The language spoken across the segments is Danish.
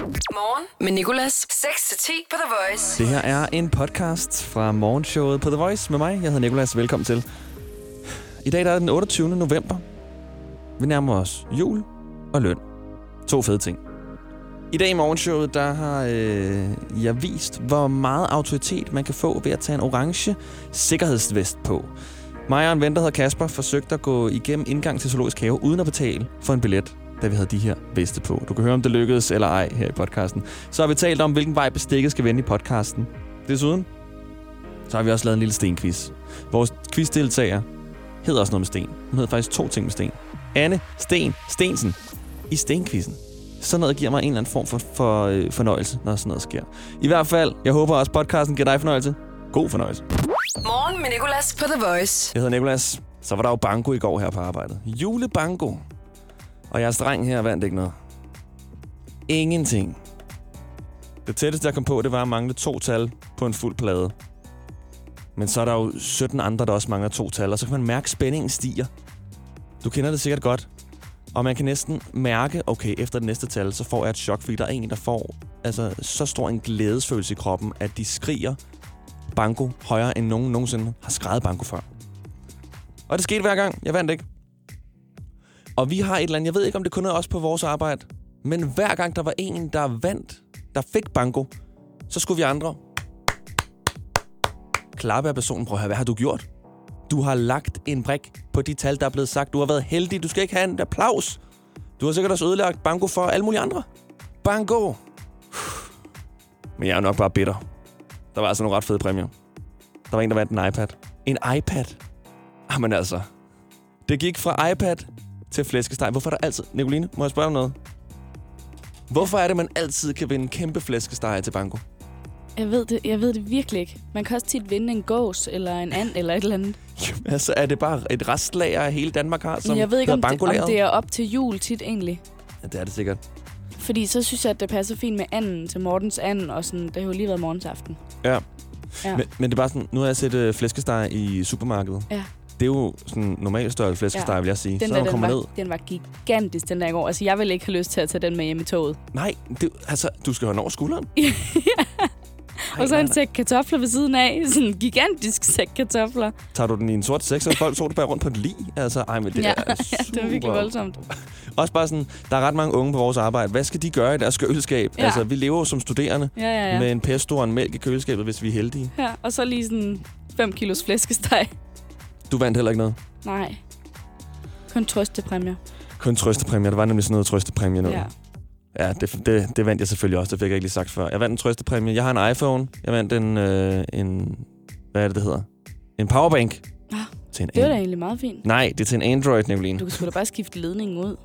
Morgen med Nicolas. 6-10 på The Voice. Det her er en podcast fra morgenshowet på The Voice med mig. Jeg hedder Nicolas. Velkommen til. I dag der er den 28. november. Vi nærmer os jul og løn. 2 fede ting. I dag i morgenshowet, der har jeg vist, hvor meget autoritet man kan få ved at tage en orange sikkerhedsvest på. Mig og en ven, der hedder Kasper, forsøgte at gå igennem indgang til Zoologisk Have uden at betale for en billet, da vi havde de her veste på. Du kan høre, om det lykkedes eller ej her i podcasten. Så har vi talt om, hvilken vej bestikket skal vende i podcasten. Desuden, så har vi også lavet en lille stenquiz. Vores quizdeltager hedder også noget med sten. Hun hedder faktisk 2 ting med sten. Anne Stensen i stenquizzen. Sådan noget giver mig en eller anden form for fornøjelse, når sådan noget sker. I hvert fald, jeg håber også, podcasten giver dig fornøjelse. God fornøjelse. Morgen med Nicolas på The Voice. Jeg hedder Nicolas. Så var der jo banko i går her på arbejdet. Julebanko. Og jeres dreng her vandt ikke noget. Ingenting. Det tætteste, jeg kom på, det var at mangle 2 tal på en fuld plade. Men så er der jo 17 andre, der også mangler 2 tal, og så kan man mærke, at spændingen stiger. Du kender det sikkert godt. Og man kan næsten mærke, okay, efter det næste tal, så får jeg et chok, fordi der er en, der får så stor en glædesfølelse i kroppen, at de skriger banko højere, end nogen nogensinde har skrevet banko før. Og det skete hver gang. Jeg vandt ikke. Og vi har et eller andet, jeg ved ikke, om det kun er også på vores arbejde, men hver gang der var en, der vandt, der fik banko, så skulle vi andre klappe af personen. Prøv at høre, hvad har du gjort? Du har lagt en brik på de tal, der er blevet sagt. Du har været heldig. Du skal ikke have en applaus. Du har sikkert også ødelagt banko for alle mulige andre. Banko! Men jeg er nok bare bitter. Der var altså nogle ret fede præmier. Der var en, der vandt en iPad. En iPad? Jamen altså. Det gik fra iPad til flæskesteg. Hvorfor er der altid... Nicoline, må jeg spørge dig noget? Hvorfor er det, man altid kan vinde kæmpe flæskesteg til banko? Jeg ved det virkelig ikke. Man kan også tit vinde en gås, eller en and, eller et eller andet. Jamen, altså, er det bare et restlager af hele Danmark har, som jeg ved ikke, om bankolageret? det er op til jul tit egentlig. Ja, det er det sikkert. Fordi så synes jeg, at det passer fint med anden til Mortens and, og sådan, det har jo lige været morgensaften. Ja. Men det er bare sådan, nu har jeg set flæskesteg i supermarkedet. Ja. Det er jo sådan normal størrelse flæskesteg, vil jeg sige. Den var gigantisk, den der i går. Altså, jeg ville ikke have lyst til at tage den med hjem i toget. Nej, du skal holde over skulderen. Og så en sæk kartofler ved siden af. Sådan en gigantisk sæk kartofler. Tager du den i en sort sæk, så folk så du bare rundt på et lig? Altså, men det er super. Det var virkelig voldsomt. Også bare sådan, der er ret mange unge på vores arbejde. Hvad skal de gøre i deres køleskab? Ja. Altså, vi lever jo som studerende med en pesto og en mælk i køleskabet, hvis vi er heldige. Ja, og så lige sådan 5 kilos flæskesteg. Du vandt heller ikke noget? Nej. Kun trøstepræmier. Kun trøstepræmier. Der var nemlig sådan noget trøstepræmie noget. Ja. Ja, det vandt jeg selvfølgelig også. Det fik jeg ikke lige sagt før. Jeg vandt en trøstepræmie. Jeg har en iPhone. Jeg vandt en hvad er det hedder? En powerbank. Ja, det var da egentlig meget fint. Nej, det er til en Android, Nicoline. Du kan sgu da bare skifte ledningen ud.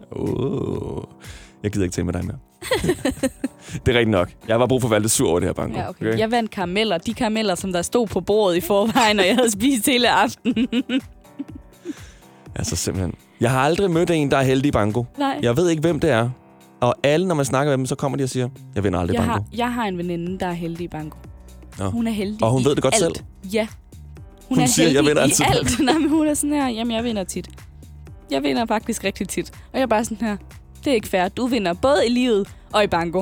Jeg gider ikke tale med dig mere. Det er rigtigt nok. Jeg har bare brug for at være lidt sur over det her banko. Ja, okay. Jeg vandt karameller. De karameller, som der stod på bordet i forvejen, og jeg havde spist hele aftenen. Altså simpelthen. Jeg har aldrig mødt en, der er heldig i banko. Nej. Jeg ved ikke, hvem det er. Og alle, når man snakker med dem, så kommer de og siger, jeg vinder aldrig banko. Jeg har en veninde, der er heldig i banko. Ja. Hun er heldig. Og hun ved det godt alt. selv? Ja. Hun siger, heldig jeg vinder altid. i alt. Nej, men hun er sådan her, jamen jeg vinder tit. Jeg vinder faktisk rigtig tit. Og jeg er bare sådan her, det er ikke fair. Du vinder både i livet og i banko.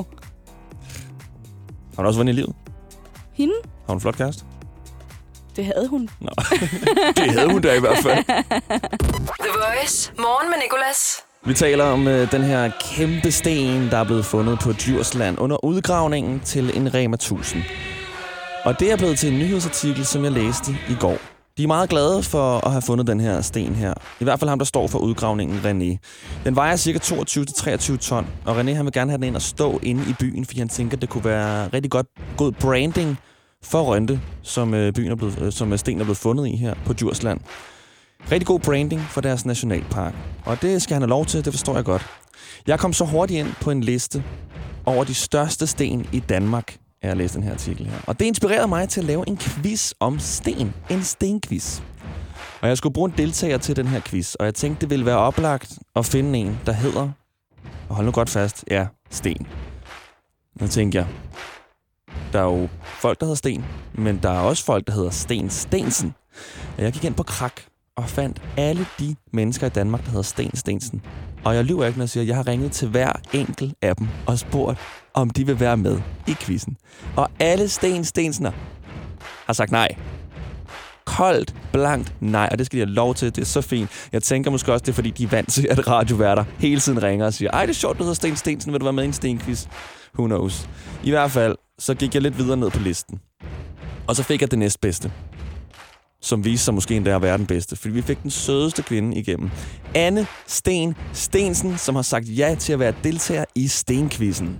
Har du også vundet i livet? Hende? Har hun en flot kæreste? Det havde hun. Nå, det havde hun da i hvert fald. The Voice. Morgen med Nicolas. Vi taler om den her kæmpe sten, der er blevet fundet på Djursland under udgravningen til en Rema 1000. Og det er blevet til en nyhedsartikel, som jeg læste i går. De er meget glade for at have fundet den her sten her. I hvert fald ham, der står for udgravningen, René. Den vejer ca. 22-23 ton, og René han vil gerne have den ind og stå inde i byen, fordi han tænker, det kunne være rigtig god branding for Rønde, som stenen er blevet fundet i her på Djursland. Rigtig god branding for deres nationalpark. Og det skal han have lov til, det forstår jeg godt. Jeg kom så hurtigt ind på en liste over de største sten i Danmark, jeg har læst den her artikel her. Og det inspirerede mig til at lave en quiz om sten. En stenquiz. Og jeg skulle bruge en deltager til den her quiz. Og jeg tænkte, det ville være oplagt at finde en, der hedder... Og hold nu godt fast. Ja, Sten. Nu tænkte jeg... Der er jo folk, der hedder Sten. Men der er også folk, der hedder Sten Stensen. Og jeg gik ind på Krak og fandt alle de mennesker i Danmark, der hedder Sten Stensen. Og jeg lyver ikke, når jeg siger, at jeg har ringet til hver enkelt af dem og spurgt, om de vil være med i quizzen. Og alle Sten Stensener har sagt nej. Koldt, blankt nej, og det skal de have lov til. Det er så fint. Jeg tænker måske også, det er fordi, de er vant til, at radioværter hele tiden ringer og siger, ej, det er sjovt, du hedder Sten Stensen, vil du være med i en stenquiz? Who knows? I hvert fald, så gik jeg lidt videre ned på listen. Og så fik jeg det næstbedste, som viste sig måske endda at være den bedste, fordi vi fik den sødeste kvinde igennem. Anne Sten Stensen, som har sagt ja til at være deltager i Stenquizzen.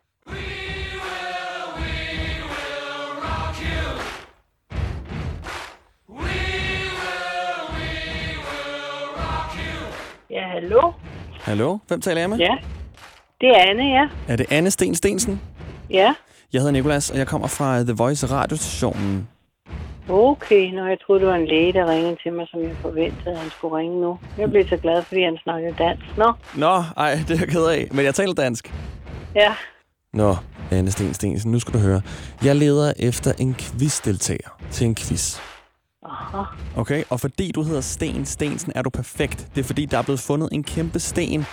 Ja, hallo? Hallo? Hvem taler jeg med? Ja, det er Anne, ja. Er det Anne Sten Stensen? Ja. Jeg hedder Nicolas, og jeg kommer fra The Voice radiostationen. Okay, jeg troede, det var en læge, der ringede til mig, som jeg forventede, at han skulle ringe nu. Jeg blev så glad, fordi han snakkede dansk. Nå, ej, det er jeg ked af, men jeg taler dansk. Ja. Nå, Anne Sten Stensen, nu skal du høre. Jeg leder efter en quizdeltager til en quiz. Aha. Okay, og fordi du hedder Sten Stensen, er du perfekt. Det er fordi, der er blevet fundet en kæmpe sten.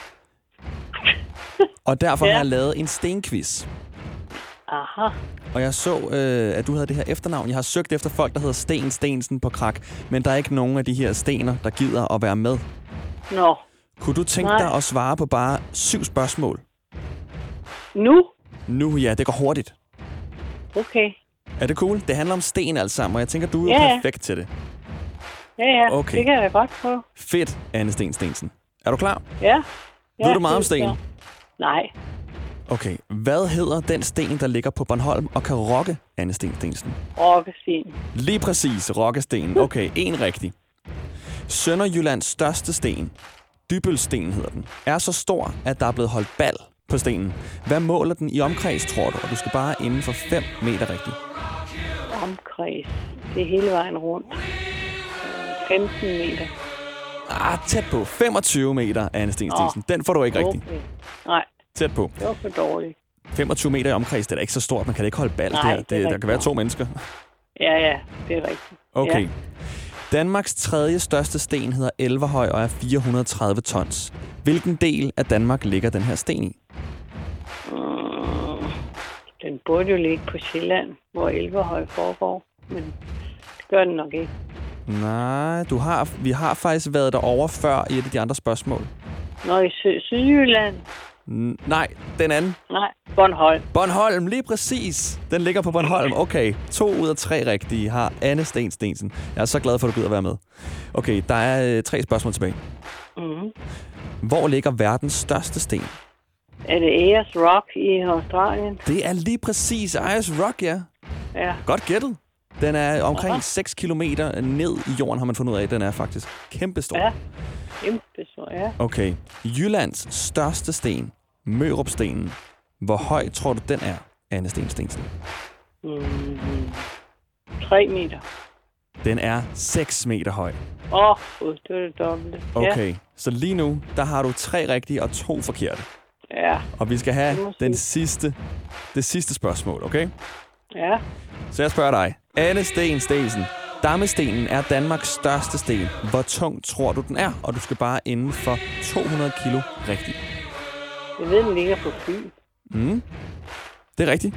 Og derfor har jeg lavet en stenquiz. Aha. Og jeg så, at du havde det her efternavn. Jeg har søgt efter folk, der hedder Sten Stensen på Krak. Men der er ikke nogen af de her stener, der gider at være med. Nå. Kunne du tænke dig at svare på bare 7 spørgsmål? Nu, ja, det går hurtigt. Okay. Er det cool? Det handler om sten alt sammen, og jeg tænker, du er perfekt til det. Ja, okay. Det kan jeg godt prøve. Fedt, Anne Sten Stensen. Er du klar? Ja. Ved du meget om sten? Ja. Nej. Okay, hvad hedder den sten, der ligger på Bornholm og kan rocke, Anne Sten Stensen? Rokkesten. Lige præcis, rockestenen. Okay, en rigtig. Sønderjyllands største sten, Dybølsten hedder den, er så stor, at der er blevet holdt bal på stenen. Hvad måler den i omkreds, tror du? Og du skal bare inden for 5 meter rigtigt. Omkreds. Det er hele vejen rundt. 15 meter. Tæt på. 25 meter, Anne Sten Stensen. Den får du ikke rigtigt. Nej. Tæt på. Det var for dårligt. 25 meter i omkreds, det er da ikke så stort. Man kan da ikke holde bal der. Der kan være 2 mennesker. Ja, det er rigtigt. Okay. Ja. Danmarks 3. største sten hedder Elverhøj og er 430 tons. Hvilken del af Danmark ligger den her sten i? Den burde jo ligge på Sjælland, hvor Elverhøj foregår, men det gør den nok ikke. Nej, vi har faktisk været derovre før i et af de andre spørgsmål. Nå, i Sydjylland? Nej, den anden. Nej, Bornholm. Bornholm, lige præcis. Den ligger på Bornholm. Okay, 2 ud af 3 rigtige har Anne Sten Stensen. Jeg er så glad for, at du gider være med. Okay, der er 3 spørgsmål tilbage. Mm-hmm. Hvor ligger verdens største sten? Er det Ayers Rock i Australien? Det er lige præcis Ayers Rock, ja. Ja. Godt gættet. Den er omkring 6 kilometer ned i jorden, har man fundet ud af. Den er faktisk kæmpestor. Ja, kæmpestor, ja. Okay. Jyllands største sten, Mørupstenen. Hvor høj tror du, den er, Anne Sten Stensen? 3 meter. Den er 6 meter høj. Det var det dobbelte. Okay, så lige nu, der har du 3 rigtige og 2 forkerte. Ja. Og vi skal have det sidste spørgsmål, okay? Ja. Så jeg spørger dig. Anne Sten Stensen. Dammestenen er Danmarks største sten. Hvor tung tror du, den er? Og du skal bare inden for 200 kilo rigtigt. Jeg ved, den ligger på Fyn. Det er rigtigt.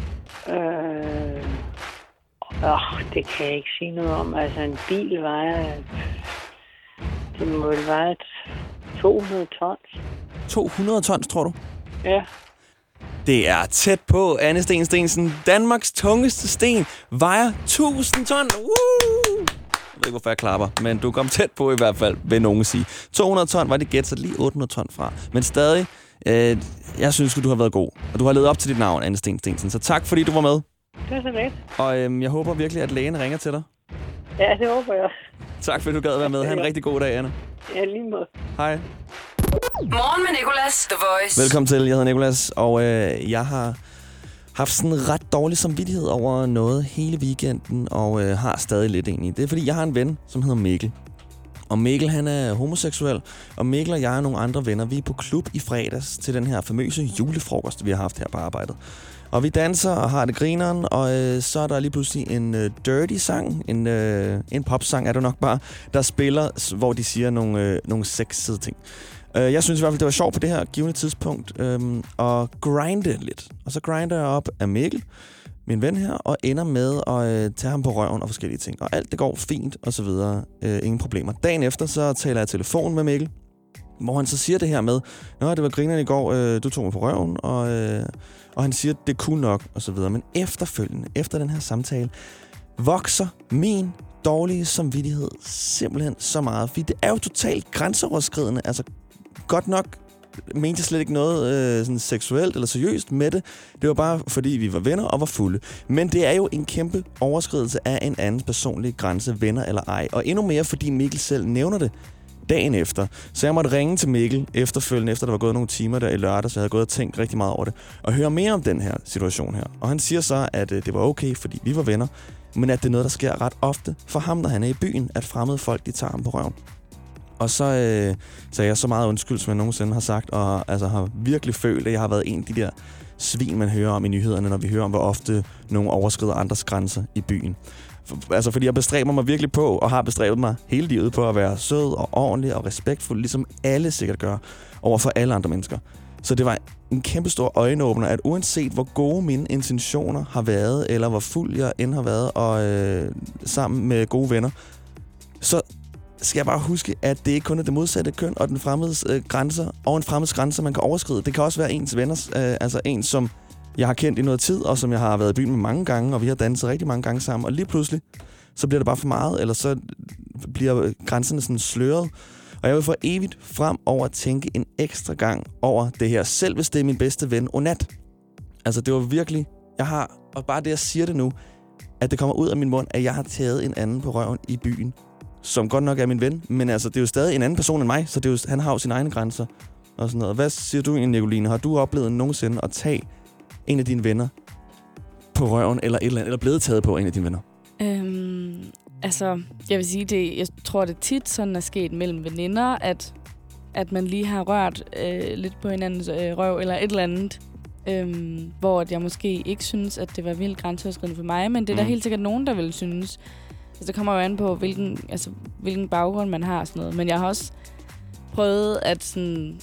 Det kan jeg ikke sige noget om. Altså, en bil vejer... Det må vel veje 200 tons. 200 tons, tror du? Ja. Det er tæt på, Anne Sten Stensen. Danmarks tungeste sten vejer 1000 ton. Woo! Jeg ved ikke, hvorfor jeg klapper, men du kom tæt på i hvert fald, vil nogen sige. 200 ton var det gæt, så lige 800 ton fra. Men stadig, jeg synes, du har været god. Og du har levet op til dit navn, Anne Sten Stensen. Så tak, fordi du var med. Det er så lidt. Og jeg håber virkelig, at lægen ringer til dig. Ja, det håber jeg. Tak, fordi du gad være med. Ha' en rigtig god dag, Anne. Ja, lige måde. Hej. Morgen med Nicolas, The Voice. Velkommen til. Jeg hedder Nicolas, og jeg har haft sådan ret dårlig samvittighed over noget hele weekenden, og har stadig lidt egentlig. Det er, fordi jeg har en ven, som hedder Mikkel. Og Mikkel, han er homoseksuel, og Mikkel og jeg og nogle andre venner, vi er på klub i fredags til den her famøse julefrokost, vi har haft her på arbejdet. Og vi danser og har det grineren, og så er der lige pludselig en dirty sang, en popsang er det nok bare, der spiller, hvor de siger nogle sexede ting. Jeg synes i hvert fald, det var sjovt på det her givende tidspunkt at grinde lidt. Og så grinder jeg op af Mikkel, min ven her, og ender med at tage ham på røven og forskellige ting. Og alt det går fint, og så videre. Ingen problemer. Dagen efter, så taler jeg telefon med Mikkel, hvor han så siger det her med, nå, det var grineren i går, du tog mig på røven, og han siger, det er cool nok, og så videre. Men efterfølgende, efter den her samtale, vokser min dårlige samvittighed simpelthen så meget. Fordi det er jo totalt grænseoverskridende. Altså, godt nok mente jeg slet ikke noget sådan seksuelt eller seriøst med det. Det var bare, fordi vi var venner og var fulde. Men det er jo en kæmpe overskridelse af en andens personlige grænse, venner eller ej. Og endnu mere, fordi Mikkel selv nævner det dagen efter. Så jeg måtte ringe til Mikkel efterfølgende, efter der var gået nogle timer der i lørdag, så jeg havde gået og tænkt rigtig meget over det, og høre mere om den her situation her. Og han siger så, at det var okay, fordi vi var venner, men at det er noget, der sker ret ofte for ham, når han er i byen, at fremmede folk, de tager ham på røven. Og så sagde jeg så meget undskyld, som jeg nogensinde har sagt, og altså har virkelig følt, at jeg har været en af de der svin, man hører om i nyhederne, når vi hører om, hvor ofte nogen overskrider andres grænser i byen. Altså, fordi jeg bestræber mig virkelig på, og har bestræbet mig hele livet på at være sød og ordentlig og respektfuld, ligesom alle sikkert gør, over for alle andre mennesker. Så det var en kæmpe stor øjenåbner, at uanset hvor gode mine intentioner har været, eller hvor fuld jeg end har været, og sammen med gode venner, så skal jeg bare huske, at det ikke kun er det modsatte køn og den fremmedes grænser, og en fremmedes grænser, man kan overskride. Det kan også være ens venners, altså en, som jeg har kendt i noget tid, og som jeg har været i byen med mange gange, og vi har danset rigtig mange gange sammen, og lige pludselig, så bliver det bare for meget, eller så bliver grænserne sådan sløret. Og jeg vil for evigt fremover tænke en ekstra gang over det her, selv hvis det er min bedste ven, Onat. Altså, det var virkelig, jeg har, og bare det, jeg siger det nu, at det kommer ud af min mund, at jeg har taget en anden på røven i byen, som godt nok er min ven, men altså, det er jo stadig en anden person end mig, så det er jo, han har jo sine egne grænser og sådan noget. Hvad siger du egentlig, Nicoline? Har du oplevet nogensinde at tage en af dine venner på røven, eller et eller andet, eller blevet taget på en af dine venner? Altså, jeg vil sige, jeg tror, det tit sådan er sket mellem veninder, at man lige har rørt lidt på hinandens røv, eller et eller andet, hvor jeg måske ikke synes, at det var vildt grænseoverskridende for mig, men det er der helt sikkert nogen, der vil synes. Altså, det kommer jo an på, hvilken baggrund man har og sådan noget. Men jeg har også prøvet, at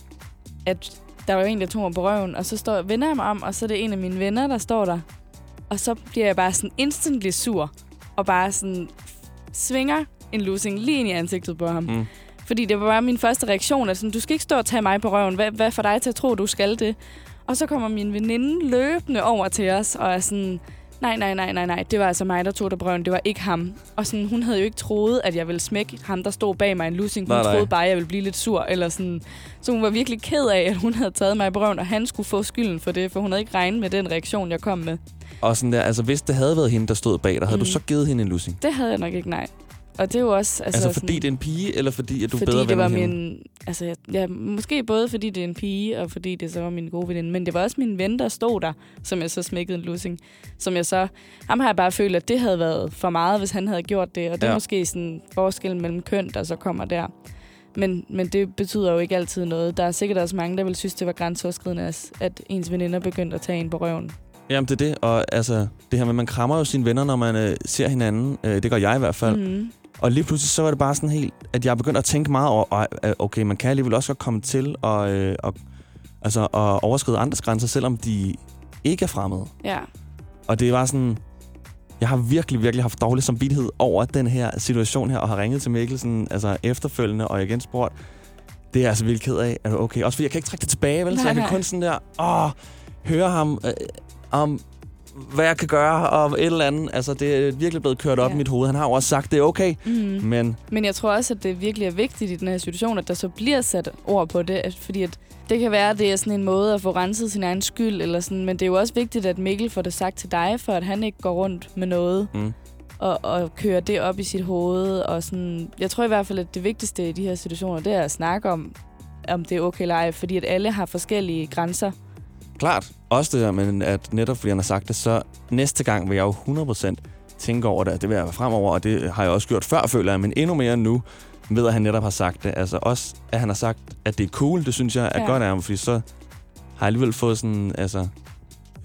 der var en, der tog mig på røven, og så vender jeg mig om, og så er det en af mine venner, der står der. Og så bliver jeg bare sådan instantly sur, og bare sådan svinger en lussing lige ind i ansigtet på ham. Mm. Fordi det var bare min første reaktion, at sådan, du skal ikke stå og tage mig på røven. Hvad får dig til at tro, du skal det? Og så kommer min veninde løbende over til os, og er sådan, nej, det var altså mig, der tog dig på røven, det var ikke ham. Og sådan, hun havde jo ikke troet, at jeg ville smække ham, der stod bag mig en lussing. Hun troede bare, at jeg ville blive lidt sur, eller sådan. Så hun var virkelig ked af, at hun havde taget mig på røven, og han skulle få skylden for det, for hun havde ikke regnet med den reaktion, jeg kom med. Og sådan der, altså hvis det havde været hende, der stod bag dig, havde du så givet hende en lussing? Det havde jeg nok ikke, nej. Og det er jo også... Altså fordi sådan, det er en pige, eller fordi at du fordi bedre det var hende? Altså, måske både fordi det er en pige, og fordi det så var min gode veninde. Men det var også min ven, der stod der, som jeg så smækkede en lussing. Ham har jeg bare følt, at det havde været for meget, hvis han havde gjort det. Og det er måske sådan forskellen mellem køn, der så kommer der. Men det betyder jo ikke altid noget. Der er sikkert også mange, der vil synes, det var grænseoverskridende, at ens veninder begyndte at tage en på røven. Jamen, det er det. Og altså, det her med, man krammer jo sine venner, når man ser hinanden. Det gør jeg i hvert fald. Mm. Og lige pludselig så var det bare sådan helt, at jeg begyndte at tænke meget over, okay, man kan alligevel også godt komme til at overskride andres grænser, selvom de ikke er fremmede. Ja. Og det var sådan, jeg har virkelig, virkelig haft dårlig samvittighed over den her situation her, og har ringet til Mikkelsen, altså efterfølgende, og igen spurgt, det er jeg altså virkelig ked af. Er du okay? Også fordi jeg kan ikke trække det tilbage, vel? Så jeg kan kun sådan der, høre ham om hvad jeg kan gøre, og et eller andet. Altså, det er virkelig blevet kørt op i mit hoved. Han har jo også sagt, det er okay, men jeg tror også, at det virkelig er vigtigt i den her situation, at der så bliver sat ord på det, fordi at det kan være, at det er sådan en måde at få renset sin egen skyld, eller sådan, men det er jo også vigtigt, at Mikkel får det sagt til dig, for at han ikke går rundt med noget, og kører det op i sit hoved, og sådan. Jeg tror i hvert fald, at det vigtigste i de her situationer, det er at snakke om det er okay eller ej, fordi at alle har forskellige grænser. Klart. Også det der, men at netop fordi han har sagt det, så næste gang vil jeg jo 100% tænke over det. Det vil jeg fremover, og det har jeg også gjort før, føler jeg, men endnu mere nu, ved at han netop har sagt det. Altså også, at han har sagt, at det er cool, det synes jeg er godt af ham, fordi så har jeg alligevel fået sådan, altså,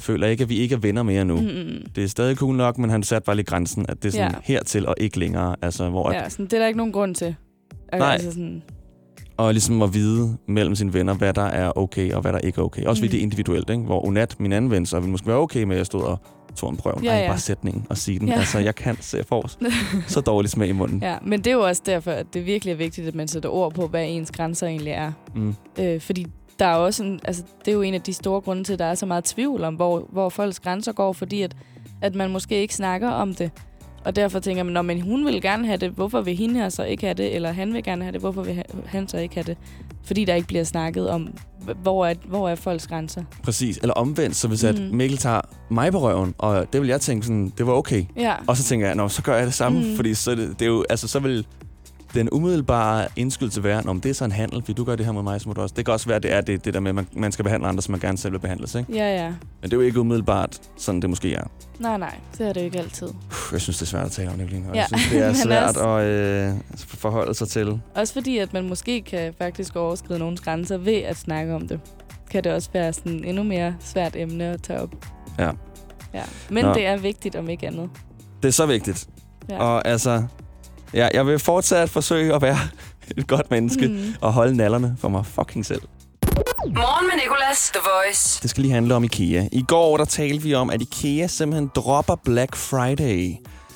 føler ikke, at vi ikke er venner mere nu. Det er stadig cool nok, men han satte bare lige grænsen, at det er sådan hertil og ikke længere. Altså, hvor sådan, det er der ikke nogen grund til. Nej. Altså sådan... Og ligesom at vide mellem sine venner, hvad der er okay og hvad der ikke er okay. Også fordi det er individuelt, ikke? Hvor Unat, min anden ven, så ville måske være okay med, at jeg stod og tog en prøve. Ej, bare sætningen og sige den. Ja. Altså, jeg kan se for så dårligt smag i munden. Ja, men det er jo også derfor, at det virkelig er vigtigt, at man sætter ord på, hvad ens grænser egentlig er. Fordi der er også det er jo en af de store grunde til, at der er så meget tvivl om, hvor folks grænser går, fordi at man måske ikke snakker om det. Og derfor tænker man, men hun vil gerne have det, hvorfor vil hende her så ikke have det? Eller han vil gerne have det, hvorfor vil han så ikke have det? Fordi der ikke bliver snakket om, hvor er folks grænser. Præcis. Eller omvendt, så hvis at Mikkel tager mig på røven, og det vil jeg tænke sådan, det var okay. Ja. Og så tænker jeg, så gør jeg det samme, fordi så det er jo, så vil den umiddelbare indskydelse være, om det er så en handel, fordi du gør det her mod mig, så må du også. Det kan også være, det er det der med, at man skal behandle andre, som man gerne selv vil behandles, ikke? Ja. Men det er jo ikke umiddelbart, sådan det måske er. Nej, det er det ikke altid. Jeg synes, det er svært at tale om det, og jeg synes, det er svært at forholde sig til. Også fordi, at man måske kan faktisk overskride nogens grænser ved at snakke om det. Kan det også være sådan endnu mere svært emne at tage op. Ja. Men det er vigtigt, om ikke andet. Det er så vigtigt. Ja. Og altså... Ja, jeg vil fortsat forsøge at være et godt menneske og holde nallerne for mig fucking selv. Morgen med Nicolas, The Voice. Det skal lige handle om IKEA. I går der talte vi om, at IKEA simpelthen dropper Black Friday.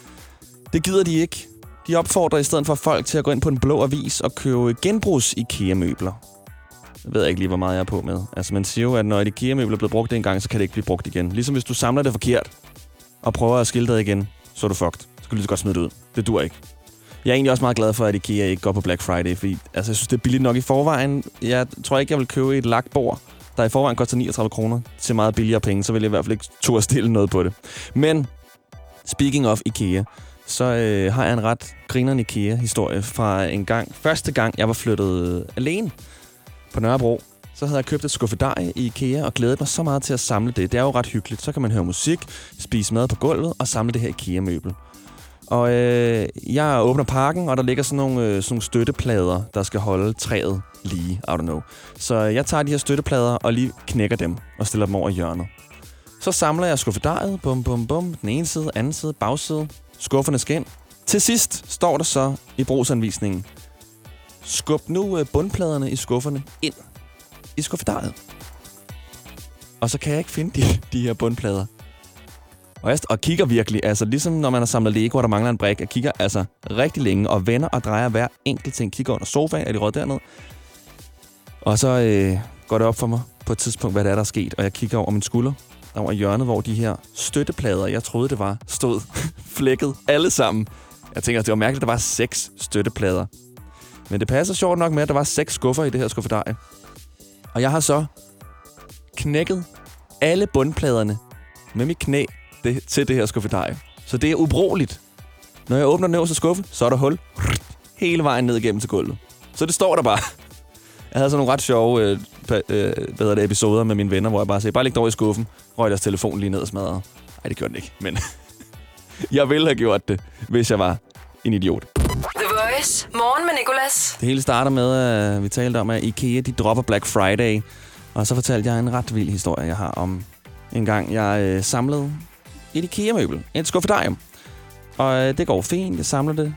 Det gider de ikke. De opfordrer i stedet for folk til at gå ind på en blå avis og købe genbrugs IKEA-møbler. Jeg ved ikke lige, hvor meget jeg er på med. Altså man siger jo, at når et IKEA-møbel er blevet brugt en gang, så kan det ikke blive brugt igen. Ligesom hvis du samler det forkert og prøver at skille det igen, så er du fucked. Så kan du lige så godt smide det ud. Det dur ikke. Jeg er egentlig også meget glad for, at IKEA ikke går på Black Friday, fordi jeg synes, det er billigt nok i forvejen. Jeg tror ikke, jeg vil købe et lakbord, der i forvejen koster 39 kroner til meget billigere penge, så vil jeg i hvert fald ikke turde stille noget på det. Men, speaking of IKEA, så har jeg en ret grinerende IKEA-historie fra en gang. Første gang, jeg var flyttet alene på Nørrebro, så havde jeg købt et skuffedej i IKEA og glædet mig så meget til at samle det. Det er jo ret hyggeligt. Så kan man høre musik, spise mad på gulvet og samle det her IKEA-møbel. Og jeg åbner pakken, og der ligger sådan nogle støtteplader, der skal holde træet lige. I don't know. Så jeg tager de her støtteplader og lige knækker dem og stiller dem over i hjørnet. Så samler jeg skuffedejet. Bum, bum, bum. Den ene side, anden side, bagside. Skufferne skal ind. Til sidst står der så i brugsanvisningen: skub nu bundpladerne i skufferne ind i skuffedejet. Og så kan jeg ikke finde de her bundplader. Og kigger virkelig, altså ligesom når man har samlet Lego, og der mangler en brik, jeg kigger altså rigtig længe og vender og drejer hver enkelt ting. Kigger under sofaen, er de rødt dernede. Og så går det op for mig på et tidspunkt, hvad det er, der er sket. Og jeg kigger over min skulder, over hjørnet, hvor de her støtteplader, jeg troede det var, stod flækket alle sammen. Jeg tænker, at det var mærkeligt, at der var 6 støtteplader. Men det passer sjovt nok med, at der var 6 skuffer i det her skuffedej. Og jeg har så knækket alle bundpladerne med mit knæ til det her skuffedej. Så det er ubrugeligt. Når jeg åbner den øverste skuffe, så er der hul hele vejen ned igennem til gulvet. Så det står der bare. Jeg havde sådan nogle ret sjove episoder med mine venner, hvor jeg bare sagde, bare læg det over i skuffen, røg deres telefon lige ned og smadrede. Nej, det gjorde den ikke, men jeg ville have gjort det, hvis jeg var en idiot. The Voice. Morgen med Nicolas. Det hele starter med, at vi talte om, at IKEA de dropper Black Friday. Og så fortalte jeg en ret vild historie, jeg har om en gang, jeg samlede et IKEA-møbel. Et skuffedej. Og det går fint, jeg samler det.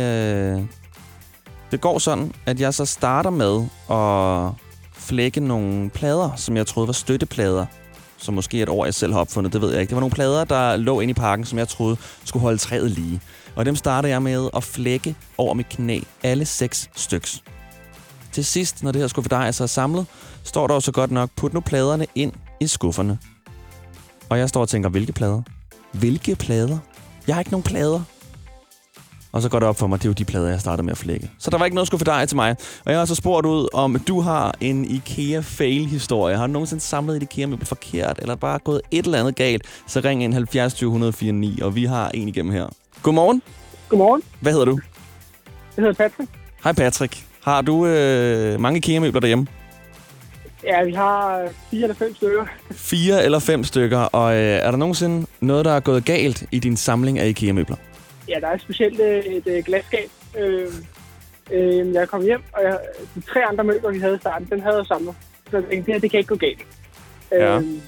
Det går sådan, at jeg så starter med at flække nogle plader, som jeg troede var støtteplader. Som måske et år, jeg selv har opfundet, det ved jeg ikke. Det var nogle plader, der lå inde i pakken, som jeg troede skulle holde træet lige. Og dem starter jeg med at flække over mit knæ. Alle 6 styks. Til sidst, når det her skuffedej så er samlet, står der også godt nok, put nu pladerne ind i skufferne. Og jeg står og tænker, hvilke plader? Hvilke plader? Jeg har ikke nogen plader. Og så går det op for mig, det er jo de plader, jeg startede med at flække. Så der var ikke noget skuffedej til mig. Og jeg har så spurgt ud, om du har en IKEA-fail-historie. Har du nogensinde samlet et IKEA-møbel forkert, eller bare gået et eller andet galt, så ring ind 70 20 104 9, og vi har en igennem her. Godmorgen. Godmorgen. Hvad hedder du? Jeg hedder Patrick. Hej Patrick. Har du mange IKEA-møbler derhjemme? Ja, vi har 4 eller 5 stykker. 4 eller 5 stykker, og er der nogensinde noget, der er gået galt i din samling af IKEA-møbler? Ja, der er specielt et glasskab. Jeg kom hjem, og de 3 andre møbler, vi havde i starten, den havde jeg samlet. Så jeg tænkte, det kan ikke gå galt. Ja.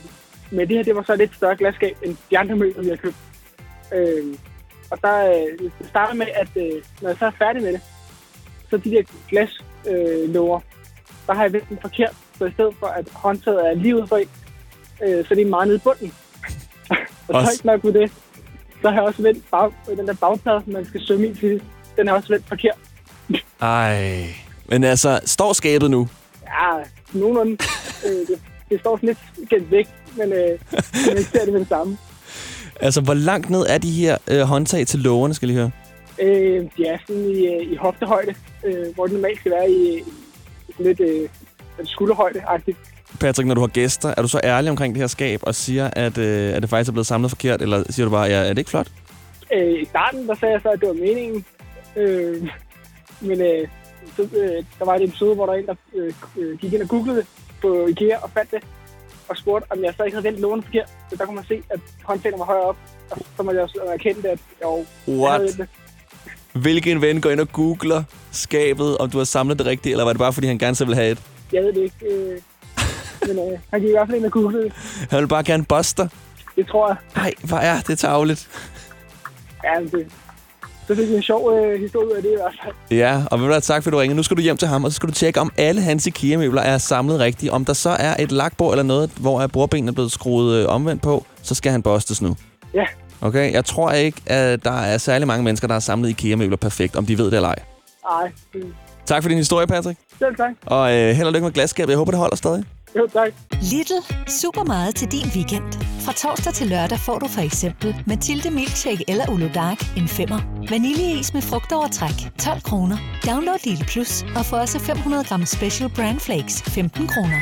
Men det her, det var så et lidt større glasskab end de andre møbler, vi har købt. Og der starter med, at når jeg så er færdig med det, så de der glaslåger, der har jeg vendt den forkert. Så i stedet for, at håndtaget er lige ude for så det er meget nede i bunden. Og så ikke nok med det, så har jeg også vendt den der bagplade, man skal sømme i til. Den er også vendt forkert. Ej. Men altså, står skabet nu? Ja, nogenlunde. Det står sådan lidt gemt væk, men jeg ser det med det samme. Altså, hvor langt ned er de her håndtag til lågerne, skal I høre? De er sådan i hoftehøjde, hvor det normalt skal være i lidt skulderhøjde-agtigt. Patrick, når du har gæster, er du så ærlig omkring det her skab og siger, at det faktisk er blevet samlet forkert, eller siger du bare, ja, er det ikke flot? I starten, der sagde jeg så, at det var meningen. Men så, der var et episode, hvor der en, der gik ind og googlede det på IKEA og fandt det, og spurgte, om jeg så ikke havde vendt lågen forkert. Så der kunne man se, at håndtagene var højere op, og så måtte jeg også erkende det, at jeg havde det. Hvilken ven går ind og googler skabet, om du har samlet det rigtigt, eller var det bare, fordi han gerne selv ville have et? Jeg ved det ikke. Men han gik i hvert fald ind og googlede det. Han vil bare gerne buster. Det tror jeg. Nej, hvor er det tarveligt. Ja, så fik vi en sjov historie ud af det i hvert fald. Ja, og ved du hvad, tak for du ringede. Nu skal du hjem til ham, og så skal du tjekke, om alle hans IKEA-møbler er samlet rigtigt. Om der så er et lakbord eller noget, hvor bordbenene er blevet skruet omvendt på, så skal han bustes nu. Ja. Okay, jeg tror ikke, at der er særlig mange mennesker, der har samlet IKEA-møbler perfekt, om de ved det eller ej. Nej. Tak for din historie, Patrick. Selv tak. Og held og lykke med glasskabet. Jeg håber, det holder stadig. Jo, tak. Lidl. Super meget til din weekend. Fra torsdag til lørdag får du for eksempel Mathilde Milkshake eller Ulo Dark en 5'er. Vaniljeis med frugtovertræk 12 kroner. Download Lidl Plus og få også 500 gram Special Brand Flakes 15 kroner.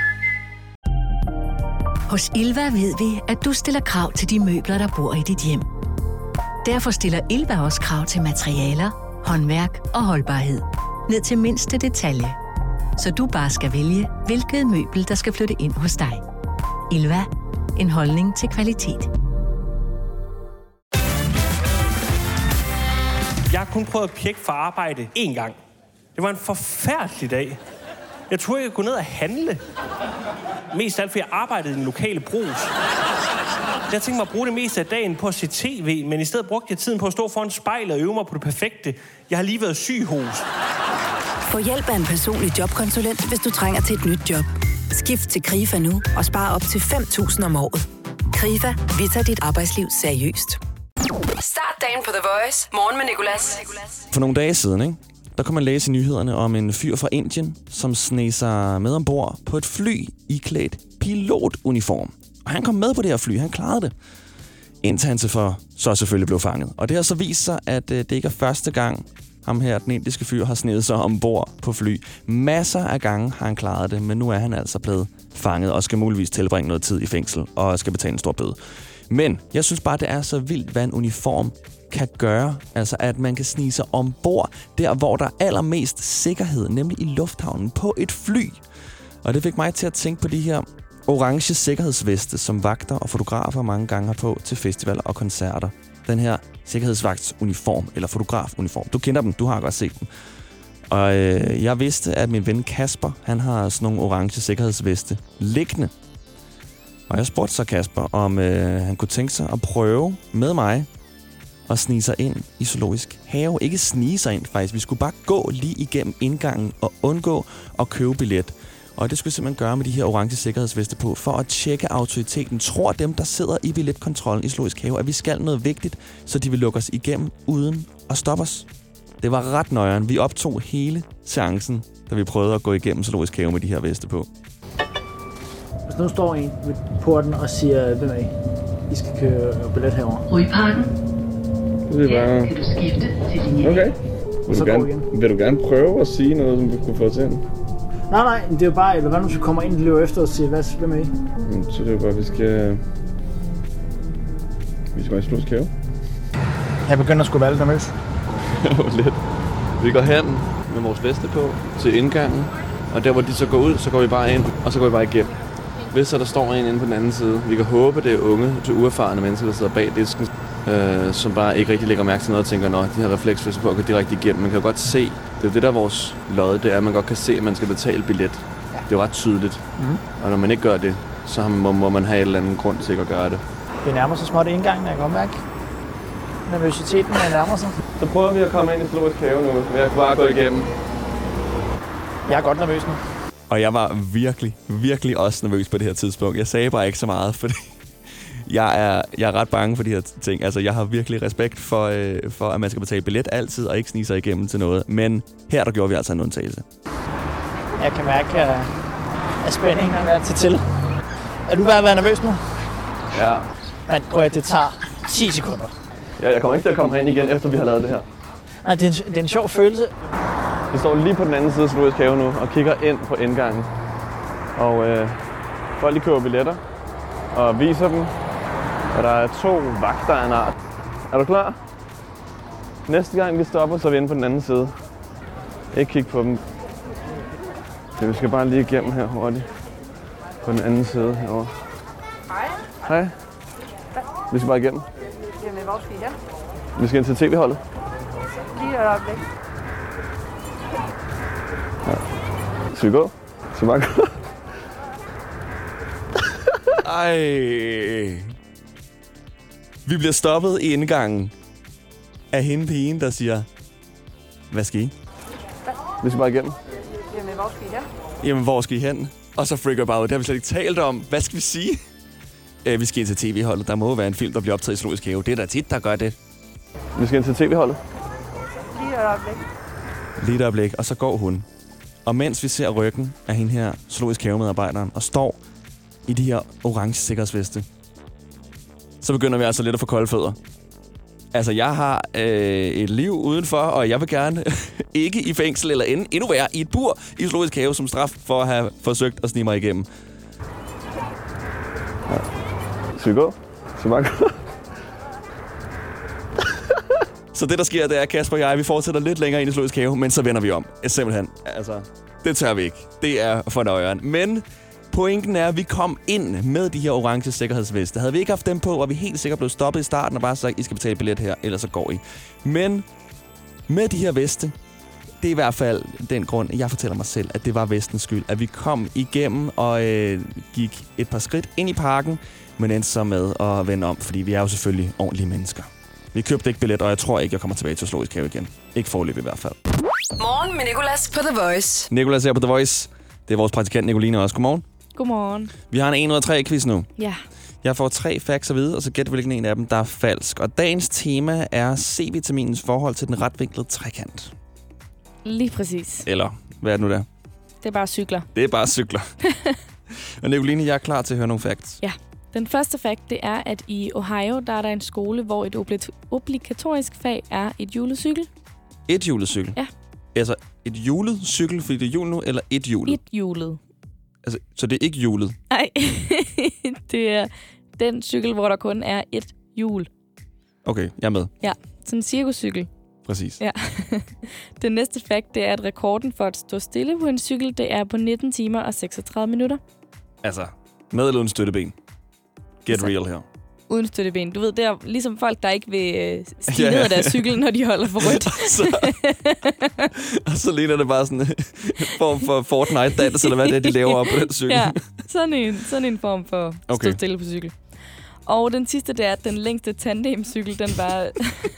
Hos Ilva ved vi, at du stiller krav til de møbler, der bor i dit hjem. Derfor stiller Ilva også krav til materialer, håndværk og holdbarhed. Ned til mindste detalje. Så du bare skal vælge, hvilket møbel, der skal flytte ind hos dig. Ilva. En holdning til kvalitet. Jeg har kun prøvet at pjekke for arbejde én gang. Det var en forfærdelig dag. Jeg troede, jeg kunne gå ned og handle. Mest alt, fordi jeg arbejdede i den lokale brus. Jeg tænkte mig at bruge det meste af dagen på at se tv, men i stedet brugte jeg tiden på at stå foran spejlet og øve mig på det perfekte. Jeg har lige været syg hos. Få hjælp af en personlig jobkonsulent, hvis du trænger til et nyt job. Skift til KRIFA nu og spar op til 5.000 om året. KRIFA, vi tager dit arbejdsliv seriøst. Start dagen på The Voice. Morgen med Nicolas. For nogle dage siden, ikke? Der kunne man læse i nyhederne om en fyr fra Indien, som sneg sig med ombord på et fly iklædt pilotuniform. Og han kom med på det her fly, han klarede det. Indtil han så selvfølgelig blev fanget. Og det har så vist sig, at det ikke er første gang, ham her, den indiske fyr, har sneget sig ombord på fly. Masser af gange har han klaret det, men nu er han altså blevet fanget og skal muligvis tilbringe noget tid i fængsel og skal betale en stor bøde. Men jeg synes bare, det er så vildt, hvad en uniform kan gøre. Altså, at man kan snige sig ombord der, hvor der er allermest sikkerhed, nemlig i lufthavnen på et fly. Og det fik mig til at tænke på de her orange sikkerhedsveste, som vagter og fotografer mange gange har på til festivaler og koncerter. Den her sikkerhedsvagtsuniform eller fotografuniform. Du kender dem, du har godt set dem. Og jeg vidste, at min ven Kasper, han har sådan nogle orange sikkerhedsveste liggende. Og jeg spurgte så Kasper, om han kunne tænke sig at prøve med mig at snige sig ind i Zoologisk Have. Ikke snige sig ind, faktisk. Vi skulle bare gå lige igennem indgangen og undgå at købe billet. Og det skulle simpelthen gøre med de her orange sikkerhedsveste på, for at tjekke autoriteten. Tror dem, der sidder i billetkontrollen i Zoologisk Have, at vi skal noget vigtigt, så de vil lukke os igennem uden at stoppe os. Det var ret nøjeren. Vi optog hele seancen, da vi prøvede at gå igennem Zoologisk Have med de her veste på. Hvis nu står en ved porten og siger, hvem er I? I skal køre billet herover. Rygeparken. Det er bare... Kan du skifte til din Okay. Vil du gerne prøve at sige noget, som du kunne få til? Nej, det er jo bare, eller hvad nu, så kommer ind og løber efter og siger, hvem er I? Så det er jo bare, vi skal i Zoologisk Have. Jeg begynder at skulle være lidt nervøs. Lidt. Vi går hen med vores veste på til indgangen, og der hvor de så går ud, så går vi bare ind, og så går vi bare igennem. Hvis der står en inde på den anden side, vi kan håbe, det er unge til uerfarne mennesker, der sidder bag disken, som bare ikke rigtig lægger mærke til noget og tænker, de har refleksveste på at gå direkte igennem. Man kan jo godt se, det er det der vores lod, det er, at man godt kan se, at man skal betale billet. Det er jo ret tydeligt. Og når man ikke gør det, så må man have en eller anden grund til at gøre det. Det nærmer sig småt indgangen, jeg kan godt mærke. Nervøsiteten nærmer sig. Så prøver vi at komme ind i Zoologisk Have nu, ved at bare gå igennem. Jeg er godt nervøs nu. Og jeg var virkelig også nervøs på det her tidspunkt. Jeg sagde bare ikke så meget, fordi jeg er ret bange for de her ting. Altså, jeg har virkelig respekt for at man skal betale billet altid, og ikke snige sig igennem til noget. Men her, der gjorde vi altså en undtagelse. Jeg kan mærke, at spændingen er været til. Er du ved at være nervøs nu? Ja. Men prøv at det tager 10 sekunder. Ja, jeg kommer ikke til at komme herind igen, efter vi har lavet det her. Nej, det er en sjov følelse. Vi står lige på den anden side af Zoologisk Have nu, og kigger ind på indgangen. Og folk de køber billetter, og viser dem. Og der er 2 vagter af en art. Er du klar? Næste gang vi stopper, så er vi inde på den anden side. Ikke kig på dem. Så vi skal bare lige igennem her hurtigt. På den anden side herovre. Hej. Hej. Vi skal bare igennem. Jamen, hvor skal I hen? Vi skal ind til tv-holdet. Lige et øjeblik. Ja. Skal vi gå? Skal vi bare gå? Ej. Vi bliver stoppet i indgangen af hende pigen, der siger, hvad skal I? Vi skal bare igennem. Jamen, hvor skal I hen? Jamen, hvor skal I hen? Og så freaker jeg bare ud. Det har vi slet ikke talt om. Hvad skal vi sige? Vi skal ind til tv-holdet. Der må være en film, der bliver optaget i Zoologisk Have. Det er da tit, der gør det. Vi skal ind til tv-holdet. Lige et øjeblik. Lige et øjeblik, og så går hun. Og mens vi ser ryggen af hende her Zoologisk Have-medarbejderen, og står i de her orange sikkerhedsveste, så begynder vi altså lidt at få kolde fødder. Altså, jeg har et liv udenfor, og jeg vil gerne ikke i fængsel eller endnu værre i et bur i Zoologisk Have som straf for at have forsøgt at snige mig igennem. Ja. Skal vi gå? Skal vi bare gå? Så det, der sker, det er, Kasper og jeg, vi fortsætter lidt længere ind i Zoologisk Have, men så vender vi om. Simpelthen. Altså, det tør vi ikke. Det er for nøjeren. Men pointen er, at vi kom ind med de her orange sikkerhedsveste. Havde vi ikke haft dem på, var vi helt sikkert blevet stoppet i starten og bare sagt, I skal betale billet her, ellers så går I. Men med de her veste, det er i hvert fald den grund, jeg fortæller mig selv, at det var vestens skyld. At vi kom igennem og gik et par skridt ind i parken, men endte så med at vende om, fordi vi er jo selvfølgelig ordentlige mennesker. Vi købte ikke billet, og jeg tror ikke, jeg kommer tilbage til Zoologisk Have igen. Ikke foreløbig i hvert fald. Morgen med Nicolas på The Voice. Nicolas her på The Voice. Det er vores praktikant Nicoline også. Godmorgen. Godmorgen. Vi har en 1 ud af 3 quiz nu. Ja. Jeg får 3 facts at vide, og så gæt hvilken en af dem, der er falsk. Og dagens tema er C-vitaminens forhold til den retvinklede trekant. Lige præcis. Eller, hvad er det nu der? Det er bare cykler. Det er bare cykler. Og Nicoline, jeg er klar til at høre nogle facts. Ja. Den første fact, det er, at i Ohio, der er der en skole, hvor et obligatorisk fag er et hjulet cykel. Et hjulet cykel? Ja. Altså et hjulet cykel, fordi det er jul nu, eller et hjulet? Et hjulet. Altså, så det er ikke hjulet? Nej, det er den cykel, hvor der kun er et hjul. Okay, jeg er med. Ja, sådan en cirkuscykel. Præcis. Ja. Den næste fact, det er, at rekorden for at stå stille på en cykel, det er på 19 timer og 36 minutter. Altså, med eller uden støtteben? Get real her. Uden støtteben. Du ved, det er ligesom folk, der ikke vil stige ned af deres cykel, når de holder for rødt. og så ligner det bare sådan en form for Fortnite-dans, eller hvad det er, de laver op på den cykel. Ja, sådan en form for at stå stille på cykel. Og den sidste, det er, at den længste tandemcykel, den var...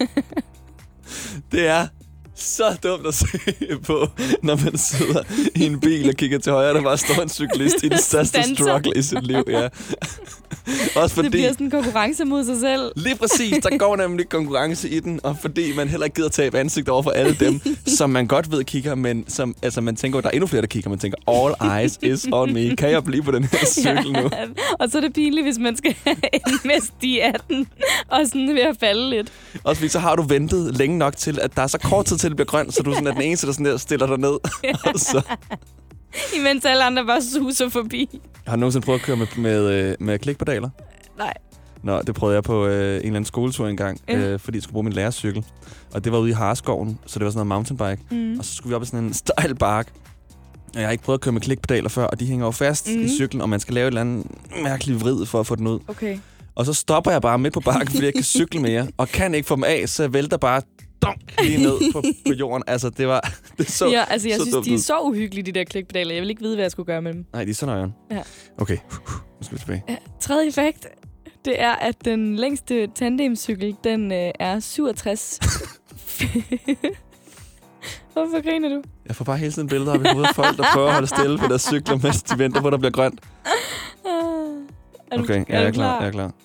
Det er så dumt at se på, når man sidder i en bil og kigger til højre, der bare står en cyklist i den største struggle i sit liv. Ja. Også fordi, det bliver sådan en konkurrence mod sig selv. Lige præcis, der går nemlig konkurrence i den, og fordi man heller ikke gider tabe ansigt over for alle dem, som man godt ved kigger, men som altså man tænker, der er endnu flere, der kigger, man tænker, all eyes is on me. Kan jeg blive på den her cykel nu? Ja, og så er det pinligt, hvis man skal med stige af den, og sådan ved at falde lidt. Også fordi så har du ventet længe nok til, at der er så kort tid til, det bliver grønt, så du sådan er den eneste, der sådan der stiller dig ned. Så. Imens alle andre bare suser forbi. Har du nogensinde prøvet at køre med klikpedaler? Nej. Nå, det prøvede jeg på en eller anden skoletur engang, fordi jeg skulle bruge min lærercykel. Og det var ude i Hareskoven, så det var sådan noget mountainbike. Og så skulle vi op i sådan en stejl bakke. Og jeg har ikke prøvet at køre med klikpedaler før, og de hænger jo fast i cyklen, og man skal lave et eller andet mærkeligt vrid for at få den ud. Okay. Og så stopper jeg bare midt på bakken, fordi jeg ikke kan cykle mere, og kan ikke få dem af, så jeg vælter bare lige ned på jorden. Altså, det så ja, altså, jeg så synes, de er så uhyggelige, de der klikpedaler. Jeg vil ikke vide, hvad jeg skulle gøre med dem. Nej, de er så nøjeren. Ja. Okay, nu skal vi tilbage. Tredje effekt, det er, at den længste tandemcykel, den er 67. Hvorfor griner du? Jeg får bare hele tiden billeder af hovedet af folk, der prøver at holde stille på deres cykler, mens de venter på, der bliver grønt. Okay, jeg er klar. Jeg er klar.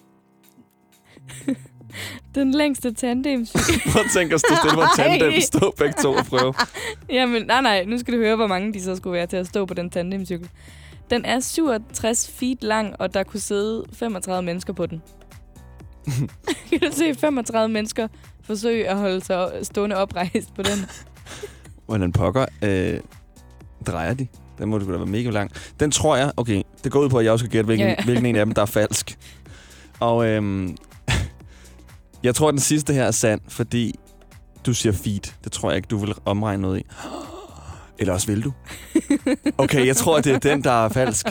Den længste tandemcykel. Prøv at tænke at stå stille på en tandem, stå begge to og prøve. Jamen, nej, nu skal du høre, hvor mange de så skulle være til at stå på den tandemcykel. Den er 67 feet lang, og der kunne sidde 35 mennesker på den. Kan du se 35 mennesker forsøge at holde sig stående oprejst på den? Hvordan pokker drejer de? Den må da være mega lang. Den tror jeg, okay, det går ud på, at jeg også skal gætte, hvilken en af dem, der er falsk. Og jeg tror, at den sidste her er sand, fordi du siger feet. Det tror jeg ikke, du vil omregne noget i. Eller også vil du. Okay, jeg tror, det er den, der er falsk.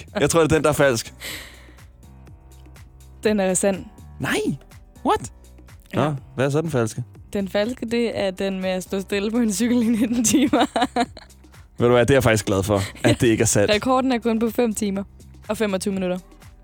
Den er sand. Nej! What? Ja. Nå, hvad er så den falske? Den falske, det er den med at stå stille på en cykel i 19 timer. Ved du hvad, det er jeg faktisk glad for, at det ikke er sandt. Rekorden er kun på 5 timer og 25 minutter.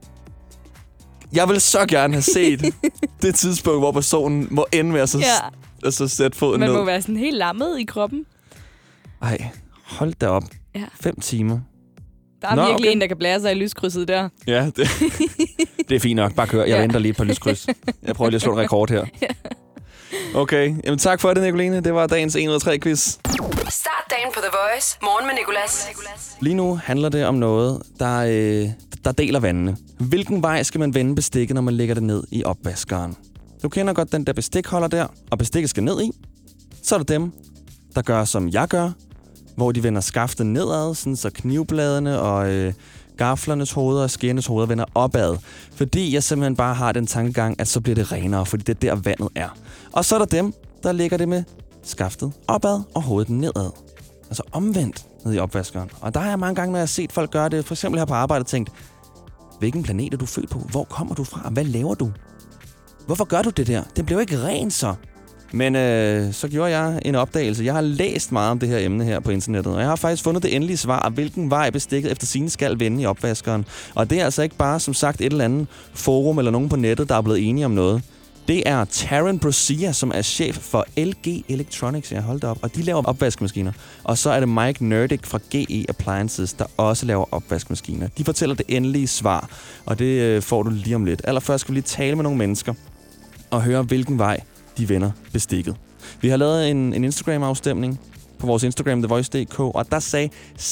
Jeg vil så gerne have set det tidspunkt, hvor personen må ende med at så sætte foden ned. Man må være sådan helt lammet i kroppen. Ej, hold da op. Ja. 5 timer. Der er virkelig en, der kan blære sig i lyskrydset der. Ja, det er fint nok. Bare kør. Jeg venter lige på lyskryds. Jeg prøver lige at slå en rekord her. Ja. Okay, jamen tak for det, Nicoline. Det var dagens 1 ud af 3 quiz. Start dagen på The Voice. Morgen med Nicolas. Lige nu handler det om noget, der deler vandene. Hvilken vej skal man vende bestikket, når man lægger det ned i opvaskeren? Du kender godt den der bestikholder der, og bestikket skal ned i. Så er der dem, der gør, som jeg gør, hvor de vender skaftet nedad, sådan så knivbladene og gaflernes hoveder og skærernes hoveder vender opad. Fordi jeg simpelthen bare har den tankegang, at så bliver det renere, fordi det er der vandet er. Og så er der dem, der lægger det med skaftet opad og hovedet nedad. Altså omvendt ned i opvaskeren. Og der har jeg mange gange, når jeg har set folk gøre det, for eksempel her på arbejde, tænkt, hvilken planet er du født på? Hvor kommer du fra? Hvad laver du? Hvorfor gør du det der? Det blev ikke rent så. Men så gjorde jeg en opdagelse. Jeg har læst meget om det her emne her på internettet, og jeg har faktisk fundet det endelige svar, hvilken vej bestikket efter sine skal vende i opvaskeren. Og det er altså ikke bare, som sagt, et eller andet forum eller nogen på nettet, der er blevet enige om noget. Det er Taryn Brosier, som er chef for LG Electronics. Jeg holdt op. Og de laver opvaskemaskiner. Og så er det Mike Nerdick fra GE Appliances, der også laver opvaskemaskiner. De fortæller det endelige svar, og det får du lige om lidt. Allerførst skal vi lige tale med nogle mennesker og høre, hvilken vej de vender bestikket. Vi har lavet en Instagram-afstemning på vores Instagram, TheVoice.dk, og der sagde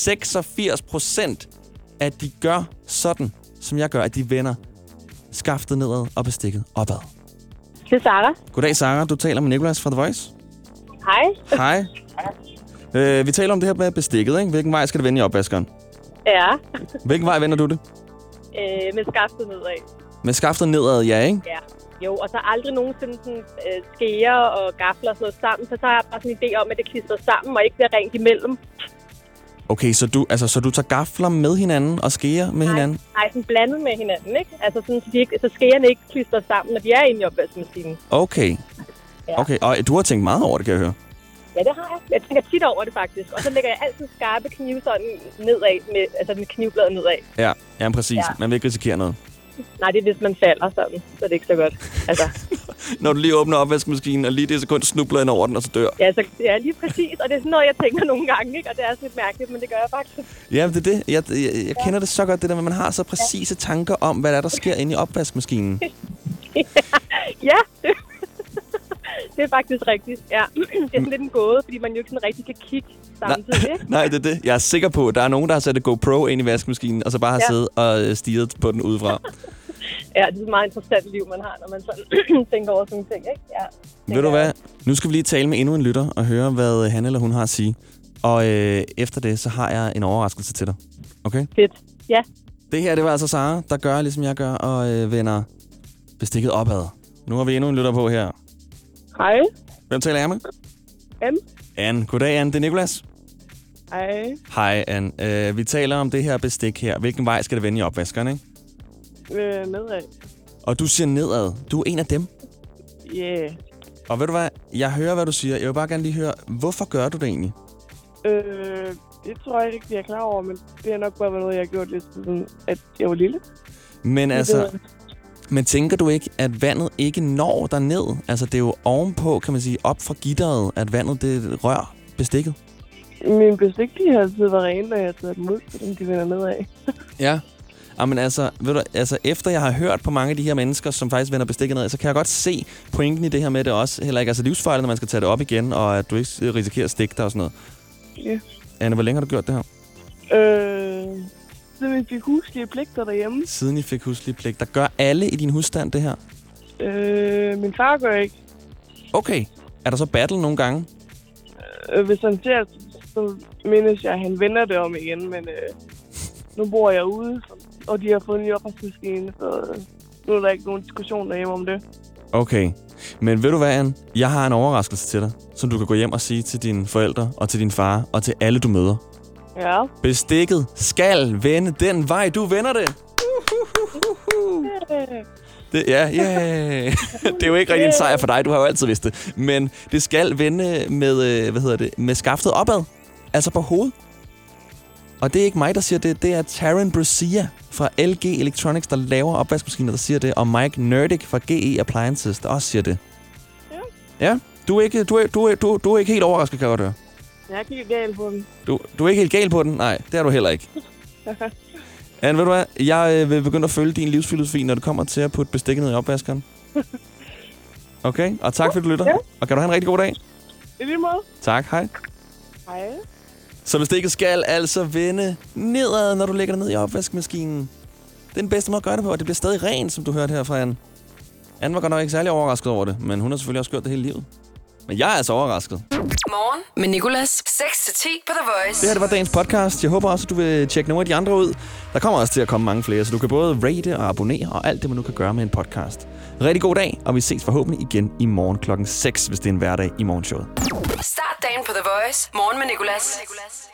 86%, at de gør sådan, som jeg gør, at de vender skaftet nedad og bestikket opad. Det er Sara. Goddag, Sara. Du taler med Nicolas fra The Voice. Hej. Hej. Vi taler om det her med bestikket, ikke? Hvilken vej skal det vende i opvaskeren? Ja. Hvilken vej vender du det? Med skaftet nedad. Med skaftet nedad, ja, ikke? Ja. Jo, og så aldrig nogensinde sådan, skærer og gafler og sådan noget sammen. Så har jeg bare sådan en idé om, at det klistrer sammen og ikke bliver rent imellem. Okay, så du tager gafler med hinanden og skærer med hinanden? Nej, sådan blandet med hinanden, ikke? Altså sådan, så skærerne ikke klistrer sammen, når de er inde i opvaskemaskinen. Okay. Ja. Okay, og du har tænkt meget over det, kan jeg høre. Ja, det har jeg. Jeg tænker tit over det, faktisk. Og så lægger jeg altid skarpe knive sådan nedad, med knivbladet nedad. Ja, præcis. Ja. Man vil ikke risikere noget. Nej, det er hvis man falder sådan, så er det ikke så godt. Altså. Når du lige åbner opvaskemaskinen, og lige det sekund snubler ind over den, og så dør. Ja, lige præcis. Og det er sådan noget, jeg tænker nogle gange, ikke? Og det er sådan lidt mærkeligt, men det gør jeg faktisk. Ja, det er det. Jeg kender det så godt, det der, at man har så præcise tanker om, hvad der sker inde i opvaskemaskinen. Ja, det er faktisk rigtigt. Ja. Det er sådan lidt en gåde, fordi man jo ikke sådan rigtig kan kigge samtidig. Nej, det er det. Jeg er sikker på, at der er nogen, der har sat et GoPro ind i vaskemaskinen, og så bare har siddet og stirret på den udefra. Ja, det er et meget interessant liv, man har, når man sådan tænker over sådan ting, ikke? Ja. Ved du hvad? Nu skal vi lige tale med endnu en lytter og høre, hvad han eller hun har at sige. Og efter det, så har jeg en overraskelse til dig. Okay? Fedt. Ja. Det her, det var altså Sara, der gør, ligesom jeg gør, og vender bestikket opad. Nu har vi endnu en lytter på her. Hej. Hvem taler jeg med? Anne. Goddag, Anne. Det er Nicolas. Hej. Hej, Anne. Vi taler om det her bestik her. Hvilken vej skal det vende i opvaskeren, ikke? Nedad. Og du siger nedad. Du er en af dem? Yeah. Og ved du hvad? Jeg hører, hvad du siger. Jeg vil bare gerne lige høre, hvorfor gør du det egentlig? Det tror jeg ikke, jeg er klar over, men det er nok bare noget, jeg har gjort lidt siden, at jeg var lille. Men altså... Men tænker du ikke, at vandet ikke når derned? Altså, det er jo ovenpå, kan man sige, op fra gitteret, at vandet det rører bestikket. Min bestik, de har altid været rene, da jeg har taget dem ud, fordi de vender nedad. Ja. Men altså, ved du, altså, efter jeg har hørt på mange af de her mennesker, som faktisk vender bestikket nedad, så kan jeg godt se pointen i det her med, det også heller ikke altså livsfarligt, når man skal tage det op igen, og at du ikke risikerer at stikke dig og sådan noget. Ja. Anne, hvor længe har du gjort det her? Siden vi fik huslige pligter derhjemme. Siden I fik huslige pligter. Gør alle i din husstand det her? Min far gør ikke. Okay. Er der så battle nogle gange? Hvis han ser, så mindes jeg, at han vender det om igen, men nu bor jeg ude, og de har fået en ny opvaskemaskine, så nu er der ikke nogen diskussion derhjemme om det. Okay. Men ved du hvad, Anne? Jeg har en overraskelse til dig, som du kan gå hjem og sige til dine forældre, og til din far, og til alle, du møder. Ja. Bestikket skal vende den vej, du vender det. Det, ja. Det er jo ikke rigtig en sejr for dig, du har jo altid vidst det. Men det skal vende med, med skaftet opad. Altså på hovedet. Og det er ikke mig, der siger det. Det er Taryn Brucia fra LG Electronics, der laver opvaskemaskiner, der siger det. Og Mike Nerdick fra GE Appliances, der også siger det. Ja. Du er ikke helt overrasket, kan jeg godt høre. Jeg er ikke helt gal på den. Du er ikke helt gal på den? Nej, det er du heller ikke. Anne, ved du hvad? Jeg vil begynde at følge din livsfilosofi, når det kommer til at putte bestikket ned i opvaskeren. Okay, og tak fordi du lytter. Ja. Og kan du have en rigtig god dag? I lige måde. Tak, hej. Hej. Så bestikket skal altså vende nedad, når du lægger det ned i opvaskemaskinen. Det er den bedste måde at gøre det på, og det bliver stadig rent, som du hørte her fra Anne. Anne var godt nok ikke særlig overrasket over det, men hun har selvfølgelig også gjort det hele livet. Men jeg er altså overrasket. Morgen med Nicolas. 6-10 på The Voice. Det her, det var dagens podcast. Jeg håber også, at du vil tjekke nogle af de andre ud. Der kommer også til at komme mange flere, så du kan både rate og abonnere og alt det, man nu kan gøre med en podcast. Rigtig god dag, og vi ses forhåbentlig igen i morgen klokken 6, hvis det er en hverdag i morgenshowet. Start dagen på The Voice. Morgen med Nicolas.